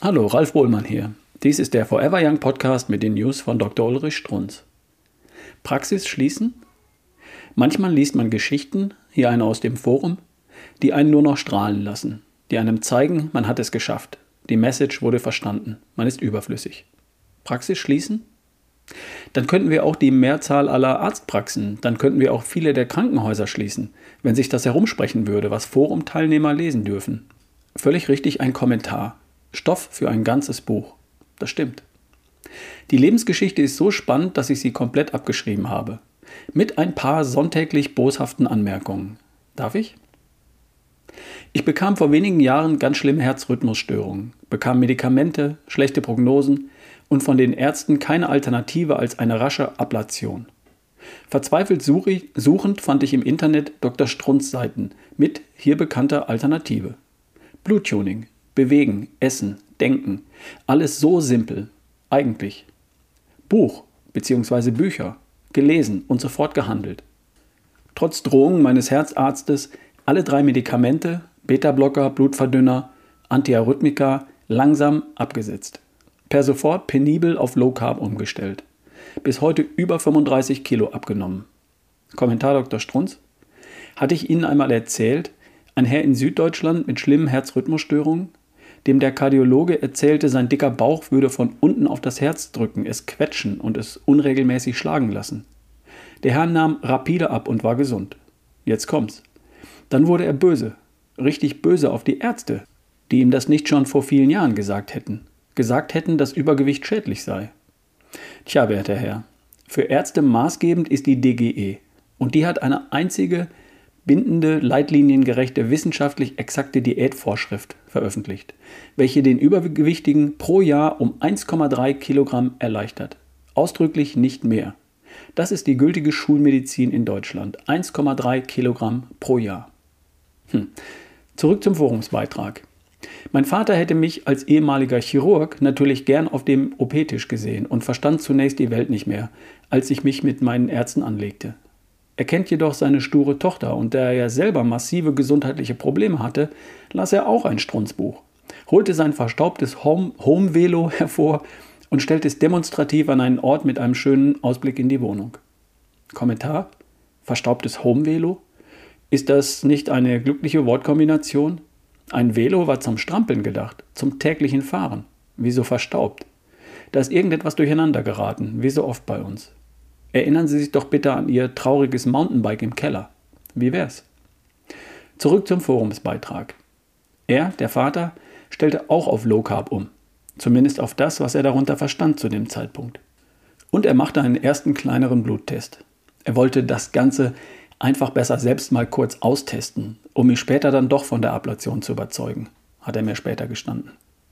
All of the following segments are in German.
Hallo, Ralf Bohlmann hier. Dies ist der Forever Young Podcast mit den News von Dr. Ulrich Strunz. Praxis schließen? Manchmal liest man Geschichten, hier eine aus dem Forum, die einen nur noch strahlen lassen, die einem zeigen, man hat es geschafft. Die Message wurde verstanden, man ist überflüssig. Praxis schließen? Dann könnten wir auch die Mehrzahl aller Arztpraxen, dann könnten wir auch viele der Krankenhäuser schließen, wenn sich das herumsprechen würde, was Forumteilnehmer lesen dürfen. Völlig richtig ein Kommentar. Stoff für ein ganzes Buch. Das stimmt. Die Lebensgeschichte ist so spannend, dass ich sie komplett abgeschrieben habe. Mit ein paar sonntäglich boshaften Anmerkungen. Darf ich? Ich bekam vor wenigen Jahren ganz schlimme Herzrhythmusstörungen, bekam Medikamente, schlechte Prognosen und von den Ärzten keine Alternative als eine rasche Ablation. Verzweifelt suchend fand ich im Internet Dr. Strunz Seiten mit hier bekannter Alternative. Bluttuning, Bewegen, Essen, Denken, alles so simpel, eigentlich. Buch bzw. Bücher, gelesen und sofort gehandelt. Trotz Drohungen meines Herzarztes alle 3 Medikamente, Beta-Blocker, Blutverdünner, Antiarrhythmika, langsam abgesetzt. Per sofort penibel auf Low Carb umgestellt. Bis heute über 35 Kilo abgenommen. Kommentar Dr. Strunz. Hatte ich Ihnen einmal erzählt, ein Herr in Süddeutschland mit schlimmen Herzrhythmusstörungen, dem der Kardiologe erzählte, sein dicker Bauch würde von unten auf das Herz drücken, es quetschen und es unregelmäßig schlagen lassen. Der Herr nahm rapide ab und war gesund. Jetzt kommt's. Dann wurde er böse, richtig böse auf die Ärzte, die ihm das nicht schon vor vielen Jahren gesagt hätten, dass Übergewicht schädlich sei. Tja, werter Herr, für Ärzte maßgebend ist die DGE und die hat eine einzige bindende, leitliniengerechte, wissenschaftlich exakte Diätvorschrift veröffentlicht, welche den Übergewichtigen pro Jahr um 1,3 Kilogramm erleichtert. Ausdrücklich nicht mehr. Das ist die gültige Schulmedizin in Deutschland. 1,3 Kilogramm pro Jahr. Zurück zum Forumsbeitrag. Mein Vater hätte mich als ehemaliger Chirurg natürlich gern auf dem OP-Tisch gesehen und verstand zunächst die Welt nicht mehr, als ich mich mit meinen Ärzten anlegte. Er kennt jedoch seine sture Tochter und da er ja selber massive gesundheitliche Probleme hatte, las er auch ein Strunz-Buch, holte sein verstaubtes Home-Velo hervor und stellte es demonstrativ an einen Ort mit einem schönen Ausblick in die Wohnung. Kommentar? Verstaubtes Home-Velo? Ist das nicht eine glückliche Wortkombination? Ein Velo war zum Strampeln gedacht, zum täglichen Fahren. Wieso verstaubt? Da ist irgendetwas durcheinander geraten, wie so oft bei uns. Erinnern Sie sich doch bitte an Ihr trauriges Mountainbike im Keller. Wie wär's? Zurück zum Forumsbeitrag. Er, der Vater, stellte auch auf Low Carb um. Zumindest auf das, was er darunter verstand zu dem Zeitpunkt. Und er machte einen ersten kleineren Bluttest. Er wollte das Ganze einfach besser selbst mal kurz austesten, um mich später dann doch von der Ablation zu überzeugen, hat er mir später gestanden.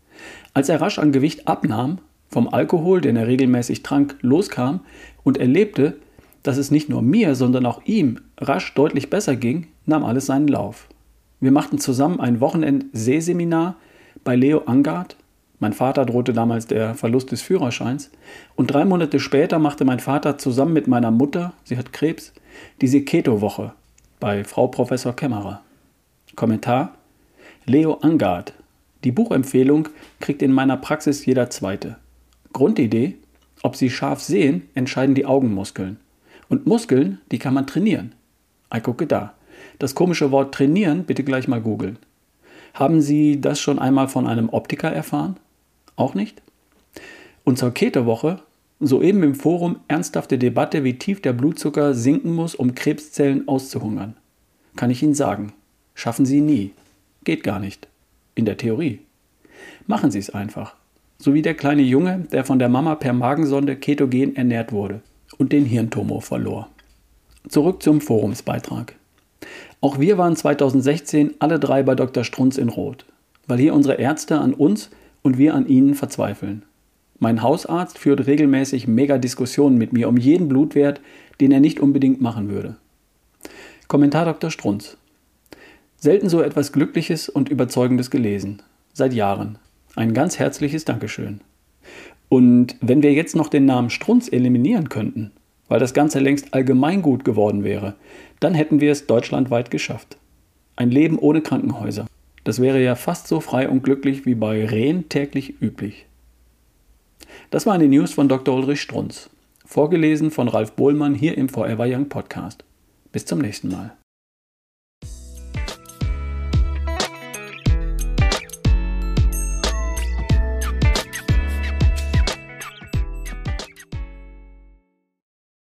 Als er rasch an Gewicht abnahm, vom Alkohol, den er regelmäßig trank, loskam und erlebte, dass es nicht nur mir, sondern auch ihm rasch deutlich besser ging, nahm alles seinen Lauf. Wir machten zusammen ein Wochenend-Sehseminar bei Leo Angard. Mein Vater drohte damals der Verlust des Führerscheins. Und 3 Monate später machte mein Vater zusammen mit meiner Mutter, sie hat Krebs, diese Keto-Woche bei Frau Professor Kämmerer. Kommentar: Leo Angard. Die Buchempfehlung kriegt in meiner Praxis jeder Zweite. Grundidee: ob Sie scharf sehen, entscheiden die Augenmuskeln. Und Muskeln, die kann man trainieren. Gucke da. Das komische Wort trainieren bitte gleich mal googeln. Haben Sie das schon einmal von einem Optiker erfahren? Auch nicht? Und zur Keto-Woche: soeben im Forum ernsthafte Debatte, wie tief der Blutzucker sinken muss, um Krebszellen auszuhungern. Kann ich Ihnen sagen, schaffen Sie nie. Geht gar nicht. In der Theorie. Machen Sie es einfach. So wie der kleine Junge, der von der Mama per Magensonde ketogen ernährt wurde und den Hirntumor verlor. Zurück zum Forumsbeitrag. Auch wir waren 2016 alle 3 bei Dr. Strunz in Rot, weil hier unsere Ärzte an uns und wir an ihnen verzweifeln. Mein Hausarzt führt regelmäßig Mega-Diskussionen mit mir um jeden Blutwert, den er nicht unbedingt machen würde. Kommentar Dr. Strunz. Selten so etwas Glückliches und Überzeugendes gelesen. Seit Jahren. Ein ganz herzliches Dankeschön. Und wenn wir jetzt noch den Namen Strunz eliminieren könnten, weil das Ganze längst allgemeingut geworden wäre, dann hätten wir es deutschlandweit geschafft. Ein Leben ohne Krankenhäuser. Das wäre ja fast so frei und glücklich wie bei Rehen täglich üblich. Das waren die News von Dr. Ulrich Strunz. Vorgelesen von Ralf Bohlmann hier im Forever Young Podcast. Bis zum nächsten Mal.